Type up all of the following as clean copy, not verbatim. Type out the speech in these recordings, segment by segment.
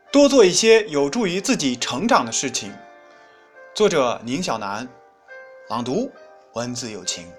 多做一些有助于自己成长的事情。作者宁小南，朗读文字有情。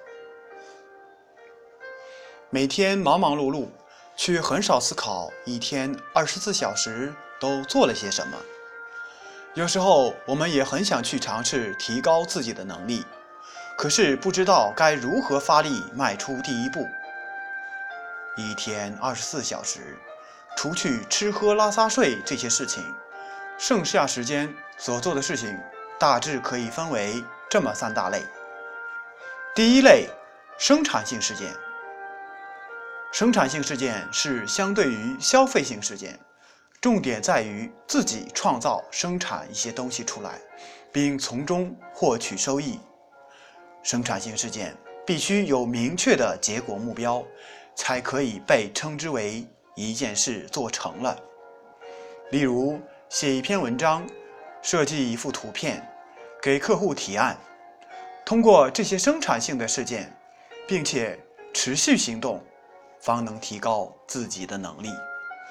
每天忙忙碌碌，却很少思考一天24小时都做了些什么。有时候我们也很想去尝试提高自己的能力，可是不知道该如何发力迈出第一步。一天24小时，除去吃喝拉撒睡这些事情，剩下时间所做的事情大致可以分为这么3大类。第一类，生产性事件。生产性事件是相对于消费性事件，重点在于自己创造生产一些东西出来，并从中获取收益。生产性事件必须有明确的结果目标，才可以被称之为一件事做成了。例如写一篇文章，设计一幅图片，给客户提案。通过这些生产性的事件，并且持续行动，方能提高自己的能力。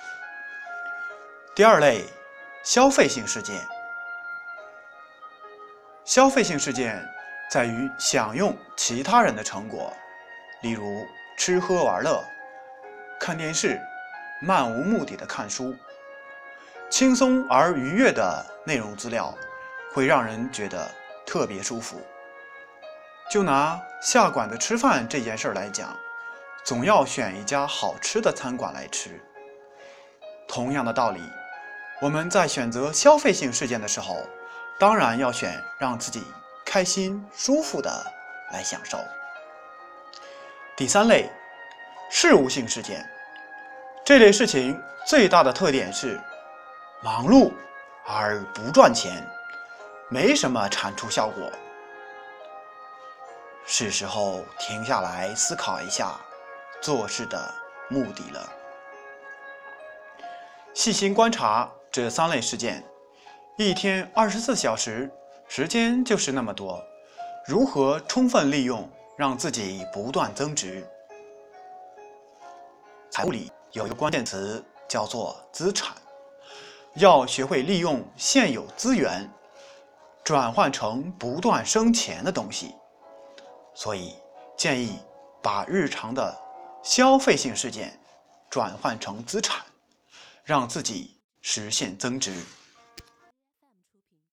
第二类，消费性事件。消费性事件在于享用其他人的成果，例如吃喝玩乐、看电视、漫无目的的看书。轻松而愉悦的内容资料会让人觉得特别舒服。就拿下馆子吃饭这件事来讲，总要选一家好吃的餐馆来吃。同样的道理，我们在选择消费性事件的时候，当然要选让自己开心舒服的来享受。第三类，事务性事件。这类事情最大的特点是忙碌而不赚钱，没什么产出效果。是时候停下来思考一下做事的目的了。细心观察这3类事件，一天24小时，时间就是那么多，如何充分利用，让自己不断增值？财务里有一个关键词叫做资产，要学会利用现有资源，转换成不断生钱的东西。所以建议把日常的消费性事件转换成资产，让自己实现增值。